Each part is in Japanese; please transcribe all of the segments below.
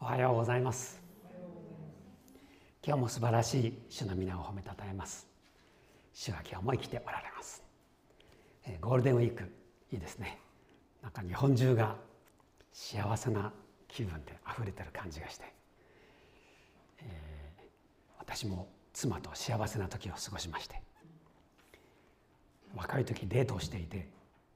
おはようございます。今日も素晴らしい主の皆を褒めたたえます。主は今日も生きておられます。ゴールデンウィークいいですね。なんか日本中が幸せな気分であふれてる感じがして、私も妻と幸せな時を過ごしまして、若い時デートをしていて、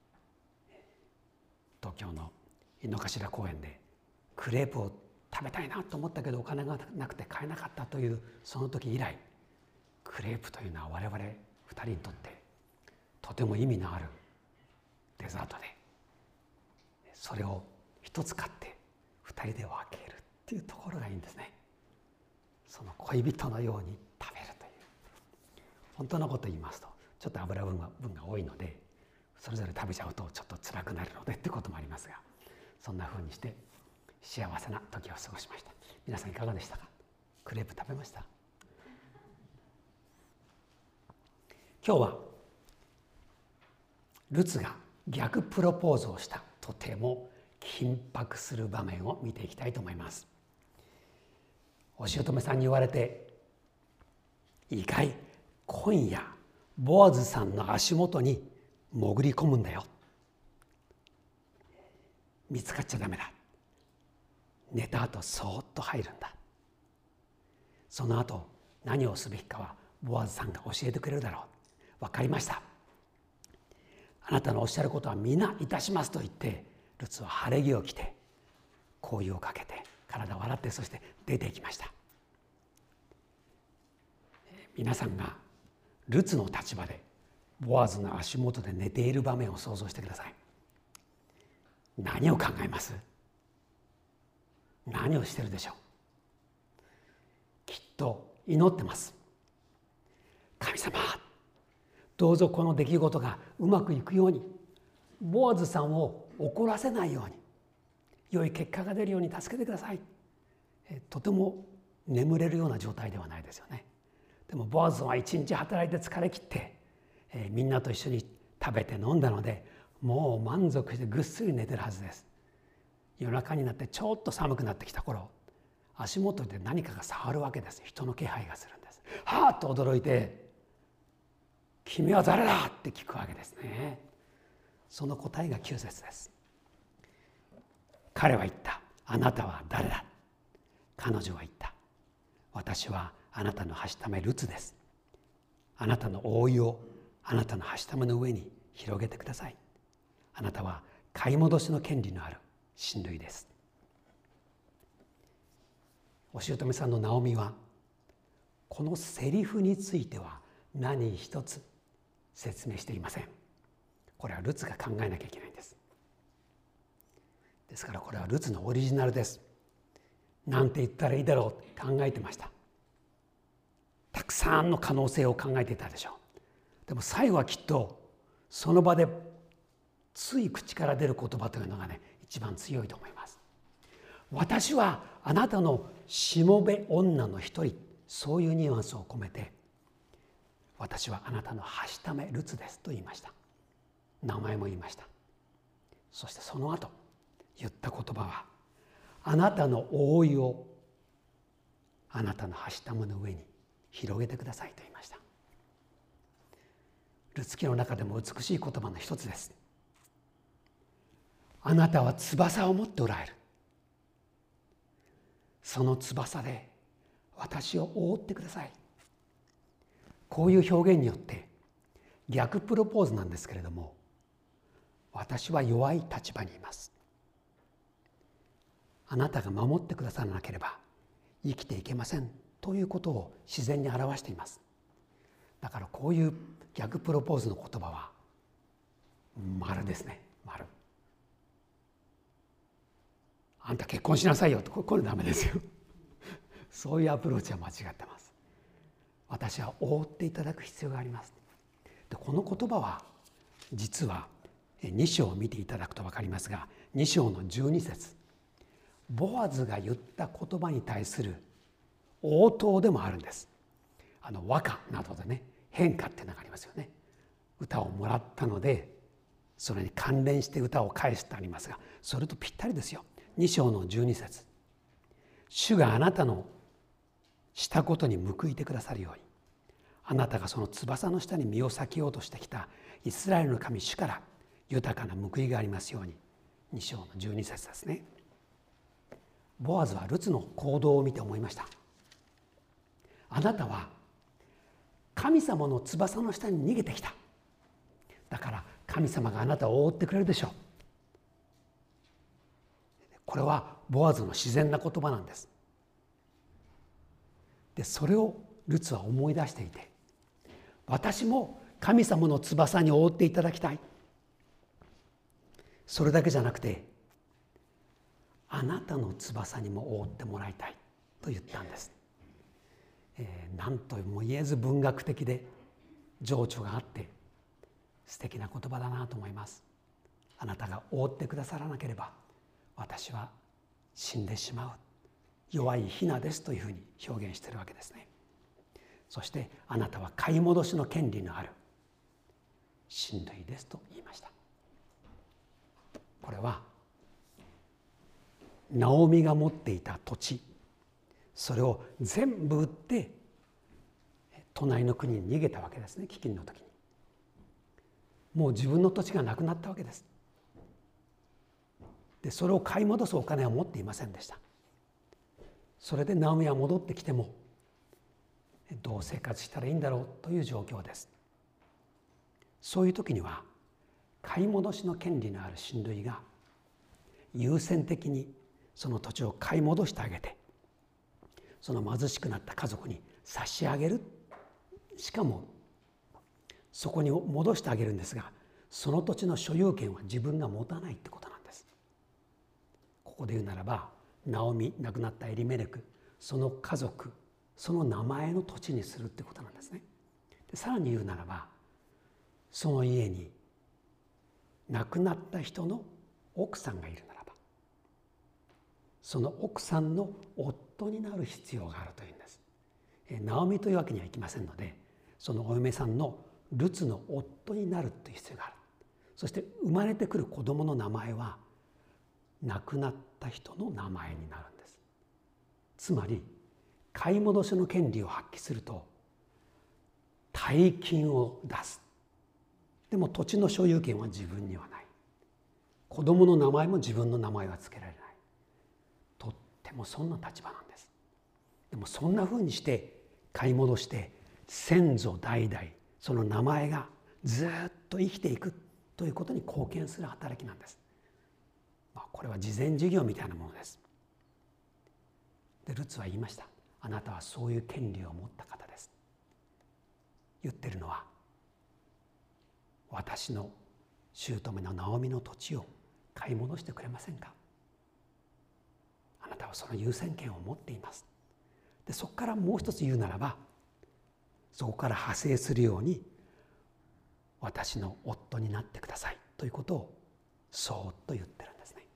東京の井の頭公園でクレープを食べたいなと思ったけどお金がなくて買えなかったというその時以来、クレープというのは我々2人にとってとても意味のあるデザートで、それを一つ買って2人で分けるっていうところがいいんですね。その恋人のように食べるという、本当のことを言いますとちょっと油分が多いので、それぞれ食べちゃうとちょっと辛くなるのでってこともありますが、そんな風にして幸せな時を過ごしました。皆さんいかがでしたか？クレープ食べました？今日はルツが逆プロポーズをしたとても緊迫する場面を見ていきたいと思います。お姑さんに言われて、いいかい、今夜ボアズさんの足元に潜り込むんだよ。見つかっちゃダメだ。寝た後そーっと入るんだ。その後何をすべきかはボアズさんが教えてくれるだろう。分かりました。あなたのおっしゃることは皆いたしますと言って、ルツは晴れ着を着て香油をかけて体を洗って、そして出ていきました。皆さんがルツの立場でボアズの足元で寝ている場面を想像してください。何を考えます？何をしてるでしょう？きっと祈ってます。神様、どうぞこの出来事がうまくいくように、ボアズさんを怒らせないように、良い結果が出るように助けてください。とても眠れるような状態ではないですよね。でもボアズは一日働いて疲れ切って、みんなと一緒に食べて飲んだので、もう満足してぐっすり寝てるはずです。夜中になってちょっと寒くなってきた頃、足元で何かが触るわけです。人の気配がするんです。はーっと驚いて、君は誰だって聞くわけですね。その答えが9節です。彼は言った。あなたは誰だ？彼女は言った。私はあなたのはしためルツです。あなたの覆いをあなたのはしための上に広げてください。あなたは買い戻しの権利のある親類です。お姑さんのナオミはこのセリフについては何一つ説明していません。これはルツが考えなきゃいけないんです。ですからこれはルツのオリジナルです。なんて言ったらいいだろうと考えてました。たくさんの可能性を考えていたでしょう。でも最後はきっとその場でつい口から出る言葉というのがね、一番強いと思います。私はあなたのしもべ女の一人、そういうニュアンスを込めて、私はあなたのはしためルツですと言いました。名前も言いました。そしてその後言った言葉は、あなたの覆いをあなたのはしための上に広げてくださいと言いました。ルツ記の中でも美しい言葉の一つです。あなたは翼を持っておられる。その翼で私を覆ってください。こういう表現によって逆プロポーズなんですけれども、私は弱い立場にいます。あなたが守ってくださらなければ生きていけませんということを自然に表しています。だからこういう逆プロポーズの言葉は丸ですね。丸。あんた結婚しなさいよと、これダメですよ。そういうアプローチは間違ってます。私は覆っていただく必要があります。でこの言葉は実は2章を見ていただくと分かりますが、2章の12節、ボアズが言った言葉に対する応答でもあるんです。和歌などでね、変化っていうのがありますよね。歌をもらったのでそれに関連して歌を返すってありますが、それとぴったりですよ。2章の12節、 主があなたのしたことに報いてくださるように、あなたがその翼の下に身を裂きようとしてきたイスラエルの神主から豊かな報いがありますように。2章の12節ですね。ボアズはルツの行動を見て思いました。あなたは神様の翼の下に逃げてきた。だから神様があなたを覆ってくれるでしょう。これはボアズの自然な言葉なんです。でそれをルツは思い出していて、私も神様の翼に覆っていただきたい。それだけじゃなくて、あなたの翼にも覆ってもらいたいと言ったんです。何とも言えず文学的で情緒があって素敵な言葉だなと思います。あなたが覆ってくださらなければ私は死んでしまう弱いヒナですというふうに表現しているわけですね。そしてあなたは買い戻しの権利のある親類ですと言いました。これはナオミが持っていた土地、それを全部売って隣の国に逃げたわけですね。飢饉の時にもう自分の土地がなくなったわけです。でそれを買い戻すお金は持っていませんでした。それでナオミは戻ってきてもどう生活したらいいんだろうという状況です。そういう時には買い戻しの権利のある親類が優先的にその土地を買い戻してあげて、その貧しくなった家族に差し上げる。しかもそこに戻してあげるんですが、その土地の所有権は自分が持たないってことなんです。ここで言うならば、ナオミ、亡くなったエリメレク、その家族、その名前の土地にするってことなんですね。でさらに言うならば、その家に亡くなった人の奥さんがいるならば、その奥さんの夫になる必要があるというんです。ナオミというわけにはいきませんので、そのお嫁さんのルツの夫になるという必要がある。そして生まれてくる子供の名前は亡くなった人の名前になるんです。つまり買い戻しの権利を発揮すると大金を出す。でも土地の所有権は自分にはない。子供の名前も自分の名前は付けられない。とってもそんな立場なんです。でもそんなふうにして買い戻して先祖代々その名前がずっと生きていくということに貢献する働きなんです。これは慈善事業みたいなものです。でルツは言いました。あなたはそういう権利を持った方です。言ってるのは、私の姑のナオミの土地を買い戻してくれませんか。あなたはその優先権を持っています。でそこからもう一つ言うならば、そこから派生するように私の夫になってくださいということをそーっと言ってるんですね。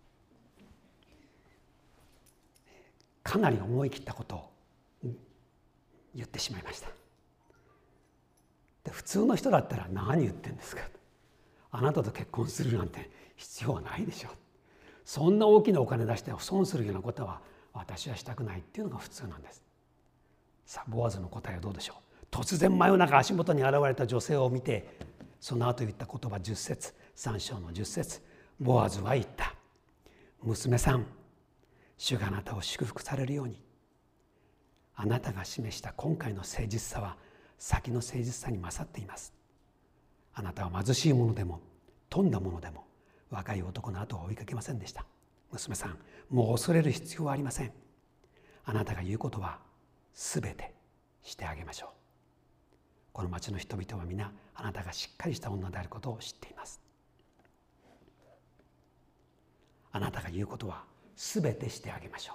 かなり思い切ったことを言ってしまいました。で普通の人だったら何言ってんですか、あなたと結婚するなんて必要はないでしょう、そんな大きなお金出して損するようなことは私はしたくないっていうのが普通なんです。さあボアズの答えはどうでしょう。突然真夜中足元に現れた女性を見て、その後言った言葉10節、3章の10節、ボアズは言った。娘さん、主があなたを祝福されるように。あなたが示した今回の誠実さは先の誠実さに勝っています。あなたは貧しいものでも富んだものでも若い男の後を追いかけませんでした。娘さん、もう恐れる必要はありません。あなたが言うことはすべてしてあげましょう。この町の人々は皆あなたがしっかりした女であることを知っています。あなたが言うことはすべてしてあげましょ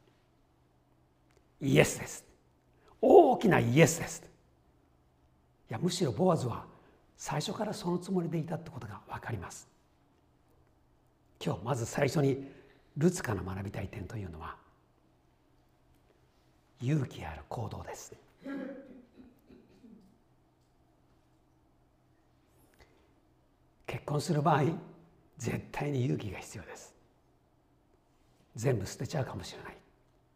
う。イエスです。大きなイエスです。いやむしろボアズは最初からそのつもりでいたってことが分かります。今日まず最初にルツから学びたい点というのは勇気ある行動です。結婚する場合絶対に勇気が必要です。全部捨てちゃうかもしれない。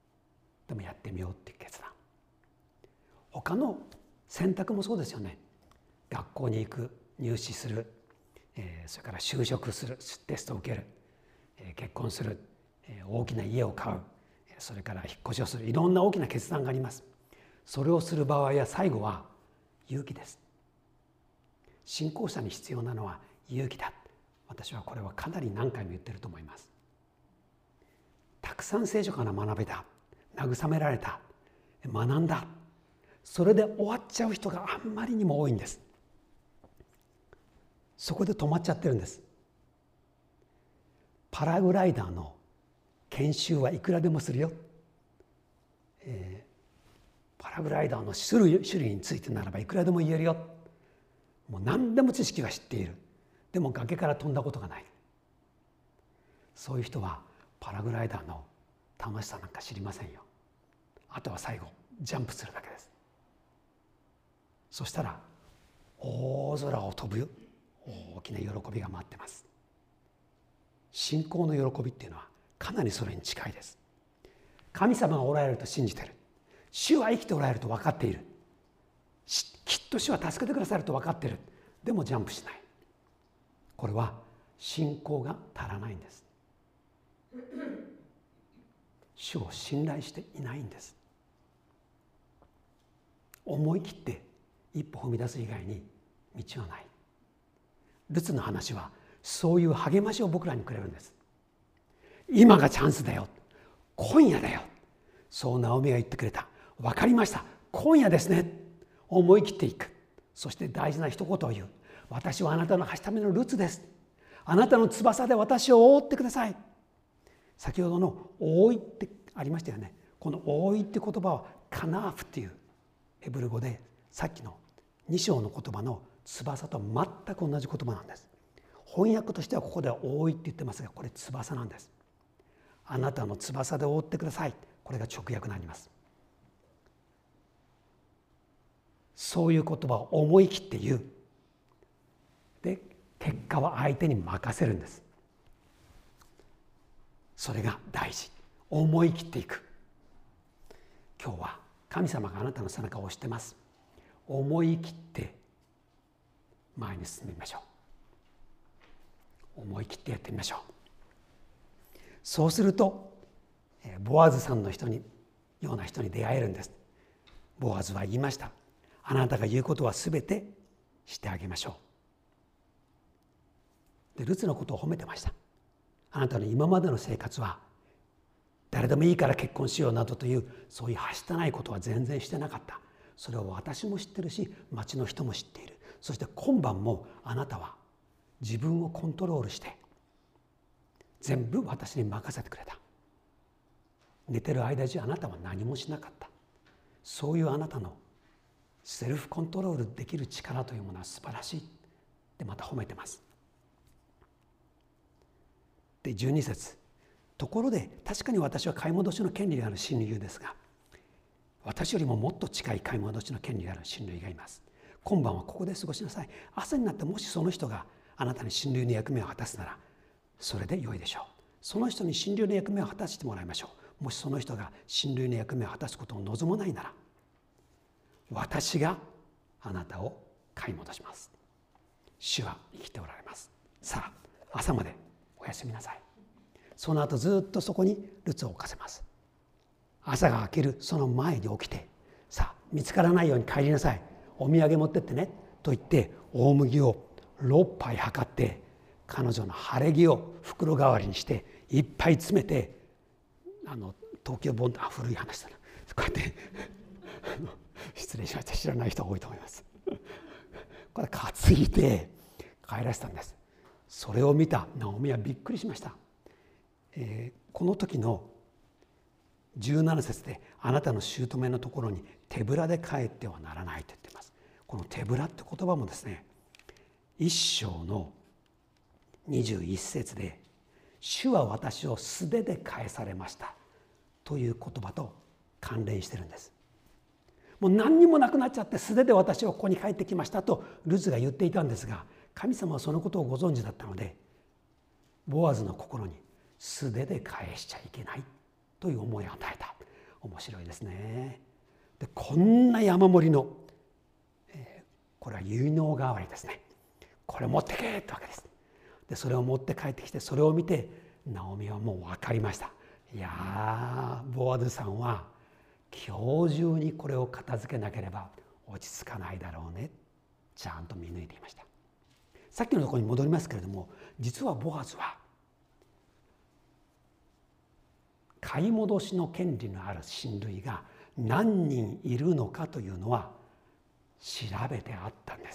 でもやってみようっていう決断。他の選択もそうですよね。学校に行く、入試する、それから就職する、テストを受ける、結婚する、大きな家を買う、それから引っ越しをする、いろんな大きな決断があります。それをする場合は最後は勇気です。信仰者に必要なのは勇気だ。私はこれはかなり何回も言ってると思います。たくさん聖書から学べた、慰められた、学んだ、それで終わっちゃう人があんまりにも多いんです。そこで止まっちゃってるんです。パラグライダーの研修はいくらでもするよ、パラグライダーの種類についてならばいくらでも言えるよ、もう何でも知識は知っている、でも崖から飛んだことがない、そういう人はパラグライダーの楽しさなんか知りませんよ。あとは最後ジャンプするだけです。そしたら大空を飛ぶ大きな喜びが待ってます。信仰の喜びっていうのはかなりそれに近いです。神様がおられると信じている、主は生きておられると分かっている、きっと主は助けてくださると分かっている、でもジャンプしない。これは信仰が足らないんです。主を信頼していないんです。思い切って一歩踏み出す以外に道はない。ルツの話はそういう励ましを僕らにくれるんです。今がチャンスだよ、今夜だよ、そうナオミが言ってくれた。分かりました、今夜ですね。思い切っていく。そして大事な一言を言う。私はあなたのはしためのルツです。あなたの翼で私を覆ってください。先ほどの覆いってありましたよね。この覆いって言葉はカナーフっていうヘブル語で、さっきの2章の言葉の翼と全く同じ言葉なんです。翻訳としてはここでは覆いって言ってますが、これ翼なんです。あなたの翼で覆ってください、これが直訳になります。そういう言葉を思い切って言う。で、結果は相手に任せるんです。それが大事。思い切っていく。今日は神様があなたの背中を押してます。思い切って前に進んでみましょう。思い切ってやってみましょう。そうするとボアズさんのような人に出会えるんです。ボアズは言いました。あなたが言うことはすべてしてあげましょう。でルツのことを褒めてました。あなたの今までの生活は誰でもいいから結婚しようなどというそういうはしたないことは全然してなかった。それを私も知ってるし、町の人も知っている。そして今晩もあなたは自分をコントロールして全部私に任せてくれた。寝てる間中あなたは何もしなかった。そういうあなたのセルフコントロールできる力というものは素晴らしいってまた褒めてます。で12節、ところで確かに私は買い戻しの権利がある親友ですが、私よりももっと近い買い戻しの権利がある親類がいます。今晩はここで過ごしなさい。朝になってもしその人があなたに親類の役目を果たすならそれで良いでしょう。その人に親類の役目を果たしてもらいましょう。もしその人が親類の役目を果たすことを望まないなら私があなたを買い戻します。主は生きておられます。さあ朝までおやすみなさい。その後ずっとそこにルツを置かせます。朝が明けるその前に起きて、さあ見つからないように帰りなさい、お土産持ってってねと言って大麦を6杯測って彼女の晴れ着を袋代わりにしていっぱい詰めて、東京ボンド古い話だな、こうやって失礼しました、知らない人が多いと思いますこれ担いで帰らせたんです。それを見たナオミはびっくりしました。この時の17節であなたの姑のところに手ぶらで帰ってはならないと言っています。この手ぶらって言葉もですね、一章の21節で主は私を素手で返されましたという言葉と関連してるんです。もう何にもなくなっちゃって素手で私はここに帰ってきましたとルツが言っていたんですが、神様はそのことをご存知だったのでボアズの心に素手で返しちゃいけないという思いを与えた。 面白いですね。でこんな山盛りの、これは結納代わりですね。これ持ってけってわけです。でそれを持って帰ってきて、それを見てナオミはもう分かりました。いやボアズさんは今日中にこれを片付けなければ落ち着かないだろうね、ちゃんと見抜いていました。さっきのところに戻りますけれども、実はボアズは買い戻しの権利のある親類が何人いるのかというのは調べてあったんです。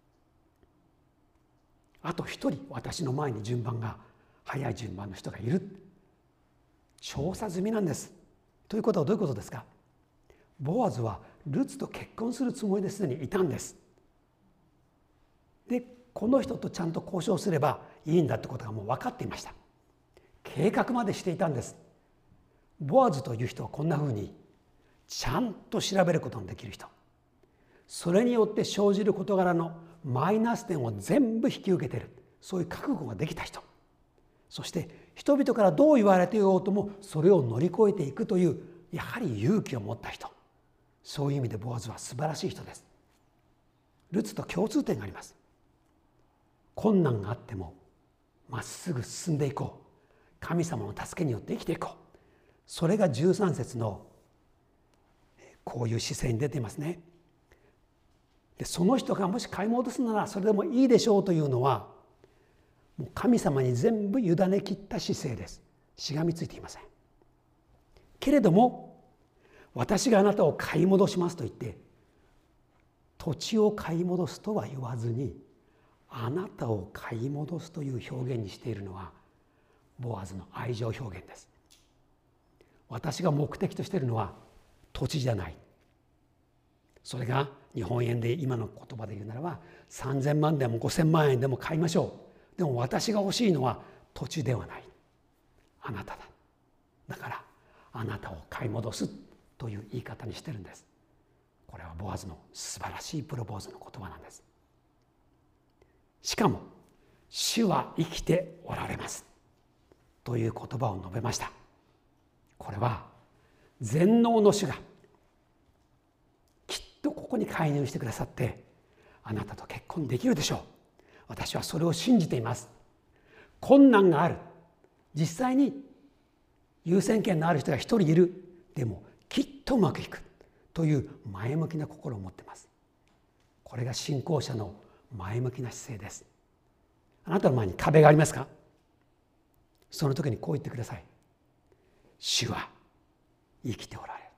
あと一人私の前に順番が早い順番の人がいる、調査済みなんです。ということはどういうことですか。ボアズはルツと結婚するつもりですでにいたんです。でこの人とちゃんと交渉すればいいんだってことがもう分かっていました。計画までしていたんです。ボアズという人はこんなふうにちゃんと調べることのできる人、それによって生じる事柄のマイナス点を全部引き受けている、そういう覚悟ができた人、そして人々からどう言われていようともそれを乗り越えていくというやはり勇気を持った人、そういう意味でボアズは素晴らしい人です。ルツと共通点があります。困難があってもまっすぐ進んでいこう、神様の助けによって生きていこう、それが13節のこういう姿勢に出ていますね。でその人がもし買い戻すならそれでもいいでしょうというのは、もう神様に全部委ねきった姿勢です。しがみついていません。けれども私があなたを買い戻しますと言って土地を買い戻すとは言わずに、あなたを買い戻すという表現にしているのはボアズの愛情表現です。私が目的としているのは土地じゃない。それが日本円で今の言葉で言うならば3000万でも5000万円でも買いましょう。でも私が欲しいのは土地ではない、あなただ。だからあなたを買い戻すという言い方にしてるんです。これはボアズの素晴らしいプロポーズの言葉なんです。しかも主は生きておられますという言葉を述べました。これは全能の主がきっとここに介入してくださってあなたと結婚できるでしょう。私はそれを信じています。困難がある、実際に優先権のある人が一人いる、でもきっとうまくいくという前向きな心を持っています。これが信仰者の前向きな姿勢です。あなたの前に壁がありますか。その時にこう言ってください。主は生きておられる。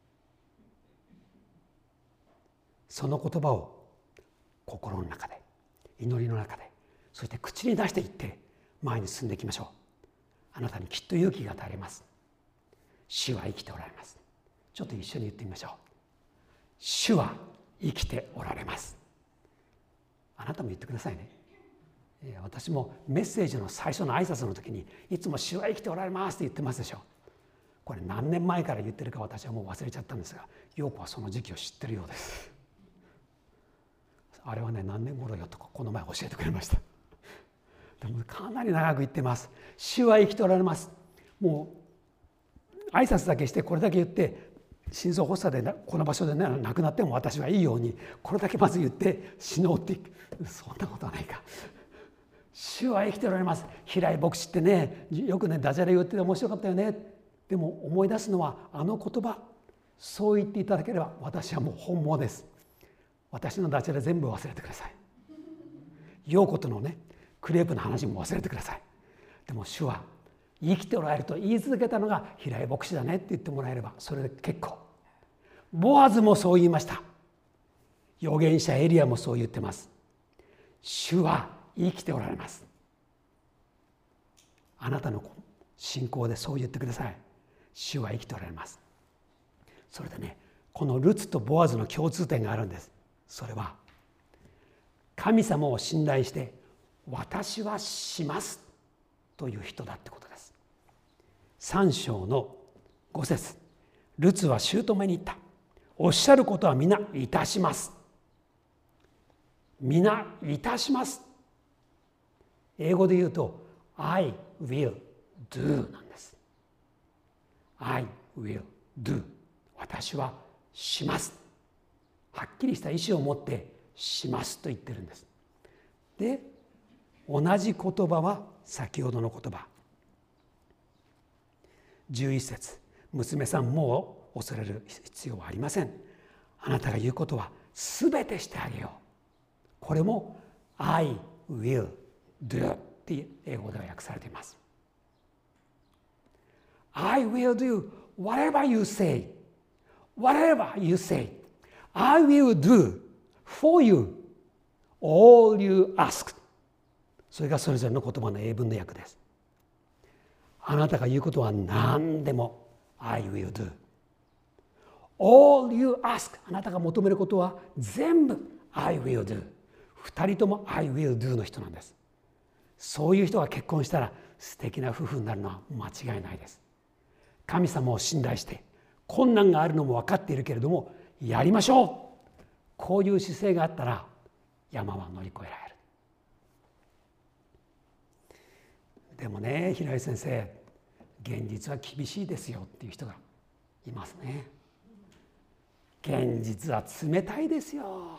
その言葉を心の中で、祈りの中で、そして口に出していって前に進んでいきましょう。あなたにきっと勇気が与えられます。主は生きておられます。ちょっと一緒に言ってみましょう。主は生きておられます。あなたも言ってくださいね。私もメッセージの最初の挨拶の時にいつも主は生きておられますって言ってますでしょ。これ何年前から言ってるか私はもう忘れちゃったんですが、陽子はその時期を知ってるようです。あれはね、何年頃よとかこの前教えてくれました。でもかなり長く言ってます。主は生きておられます。もう挨拶だけしてこれだけ言って心臓発作でこの場所で、ね、亡くなっても私はいいようにこれだけまず言って死のうってそんなことはないか。主は生きておられます。平井牧師ってね、よくねダジャレ言ってて面白かったよね。でも思い出すのはあの言葉、そう言っていただければ私はもう本望です。私のダジャレ全部忘れてください。陽子とのねクレープの話も忘れてください。でも主は生きておられると言い続けたのが平井牧師だねって言ってもらえればそれで結構。ボアズもそう言いました。預言者エリアもそう言ってます。主は生きておられます。あなたの信仰でそう言ってください。主は生きておられます。それでね、このルツとボアズの共通点があるんです。それは神様を信頼して私はしますという人だってことです。3章の5節、ルツは姑に言った。おっしゃることは皆いたします。皆いたします。英語で言うと I will do なんです。I will do。 私はします。はっきりした意思を持ってしますと言ってるんです。で、同じ言葉は先ほどの言葉。11節、娘さんもう恐れる必要はありません。あなたが言うことはすべてしてあげよう。これも I will do って英語では訳されています。I will do whatever you say. Whatever you say. I will do for you all you ask. それがそれぞれの言葉の英文の訳です。あなたが言うことは何でも I will do。 All you ask。 あなたが求めることは全部 I will do。 二人とも I will do の人なんです。そういう人が結婚したら素敵な夫婦になるのは間違いないです。神様を信頼して困難があるのも分かっているけれどもやりましょう、こういう姿勢があったら山は乗り越えられる。でもね、平井先生、現実は厳しいですよっていう人がいますね。現実は冷たいですよ、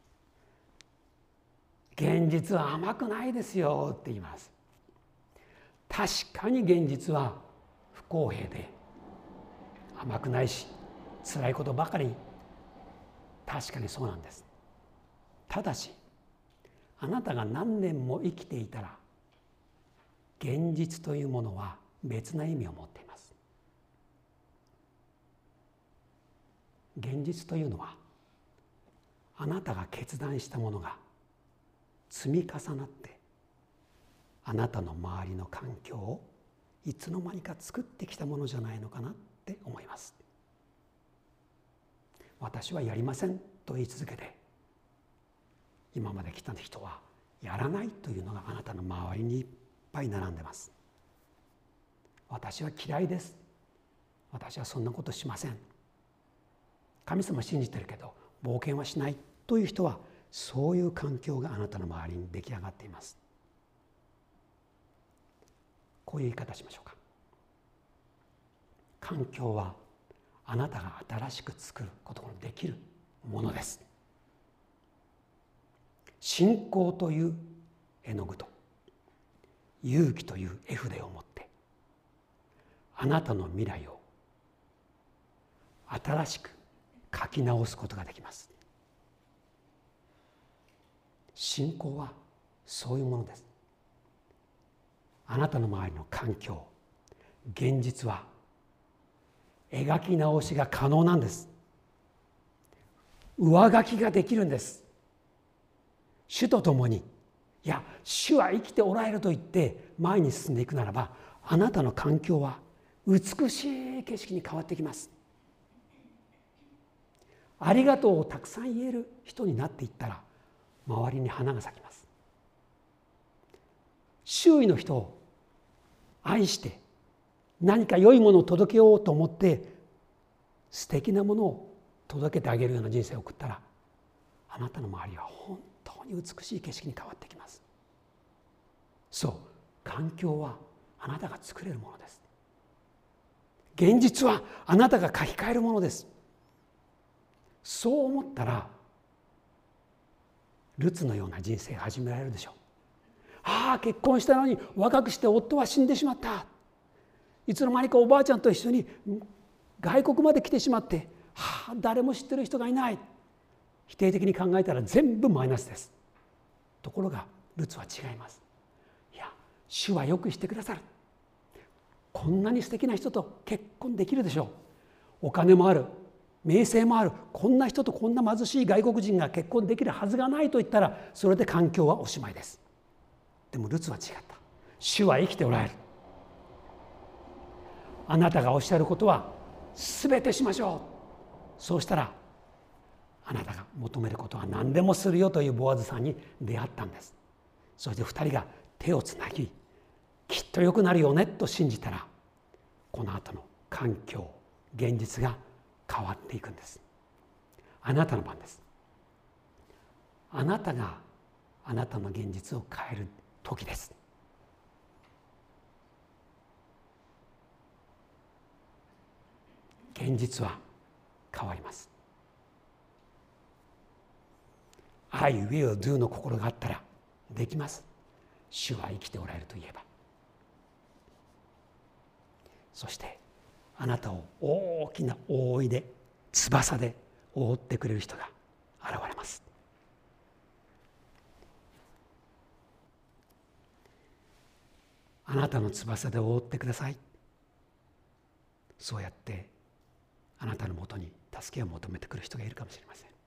現実は甘くないですよって言います。確かに現実は不公平で甘くないし辛いことばかり、確かにそうなんです。ただしあなたが何年も生きていたら現実というものは別な意味を持っています。現実というのはあなたが決断したものが積み重なってあなたの周りの環境をいつの間にか作ってきたものじゃないのかなって思います。私はやりませんと言い続けて今まで来た人はやらないというのがあなたの周りにいっぱい並んでます。私は嫌いです、私はそんなことしません、神様信じてるけど冒険はしないという人はそういう環境があなたの周りに出来上がっています。こういう言い方しましょうか。環境はあなたが新しく作ることのできるものです。信仰という絵の具と勇気という絵筆を持ってあなたの未来を新しく書き直すことができます。信仰はそういうものです。あなたの周りの環境、現実は描き直しが可能なんです。上書きができるんです。主と共に、いや主は生きておられると言って前に進んでいくならば、あなたの環境は美しい景色に変わってきます。ありがとうをたくさん言える人になっていったら周りに花が咲きます。周囲の人を愛して何か良いものを届けようと思って素敵なものを届けてあげるような人生を送ったら、あなたの周りは本当に美しい景色に変わってきます。そう、環境はあなたが作れるものです。現実はあなたが書き換えるものです。そう思ったらルツのような人生が始められるでしょう。ああ、結婚したのに若くして夫は死んでしまった、いつの間にかおばあちゃんと一緒に外国まで来てしまって、はあ、誰も知ってる人がいない。否定的に考えたら全部マイナスです。ところがルツは違います。いや、主はよくしてくださる。こんなに素敵な人と結婚できるでしょう。お金もある、名声もある、こんな人とこんな貧しい外国人が結婚できるはずがないと言ったら、それで環境はおしまいです。でもルツは違った。主は生きておられる。あなたがおっしゃることは全てしましょう。そうしたらあなたが求めることは何でもするよというボアズさんに出会ったんです。そして2人が手をつなぎ、きっと良くなるよねと信じたら、この後の環境、現実が変わっていくんです。あなたの番です。あなたがあなたの現実を変える時です。 現実は変わります。I will do の心があったらできます。主は生きておられると言えば。そしてあなたを大きな覆いで、翼で覆ってくれる人が現れます。あなたの翼で覆ってください。そうやってあなたのもとに助けを求めてくる人がいるかもしれません。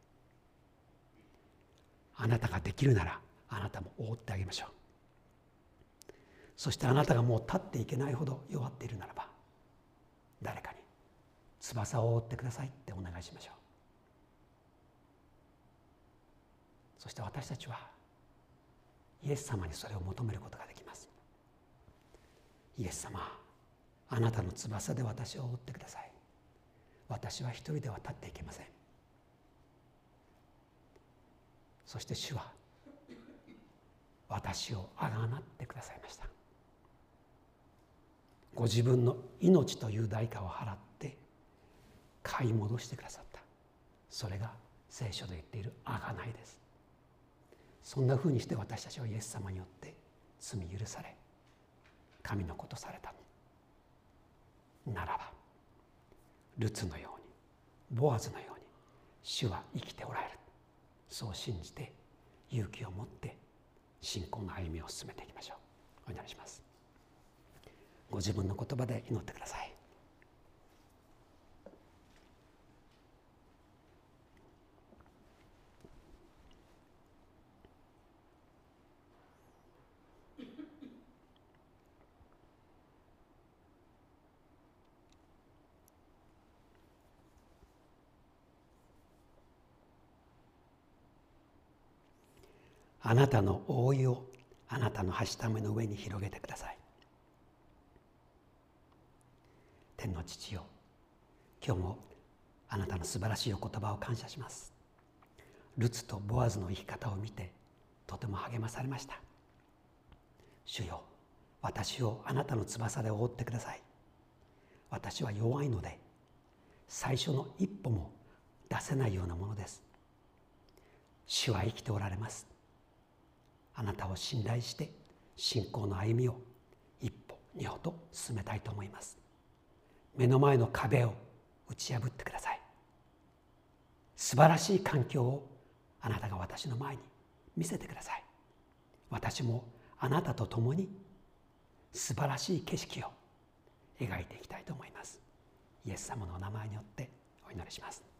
あなたができるならあなたも覆ってあげましょう。そしてあなたがもう立っていけないほど弱っているならば、誰かに翼を覆ってくださいってお願いしましょう。そして私たちはイエス様にそれを求めることができます。イエス様、あなたの翼で私を覆ってください。私は一人では立っていけません。そして主は私をあがなってくださいました。ご自分の命という代価を払って買い戻してくださった。それが聖書で言っているあがないです。そんなふうにして私たちはイエス様によって罪許され、神の子とされたならば、ルツのように、ボアズのように主は生きておられる、そう信じて勇気を持って信仰の歩みを進めていきましょう。お祈りします。ご自分の言葉で祈ってください。あなたの覆いをあなたのはしための上に広げてください。天の父よ、今日もあなたの素晴らしいお言葉を感謝します。ルツとボアズの生き方を見てとても励まされました。主よ、私をあなたの翼で覆ってください。私は弱いので最初の一歩も出せないようなものです。主は生きておられます。あなたを信頼して信仰の歩みを一歩二歩と進めたいと思います。目の前の壁を打ち破ってください。素晴らしい環境をあなたが私の前に見せてください。私もあなたと共に素晴らしい景色を描いていきたいと思います。イエス様のお名前によってお祈りします。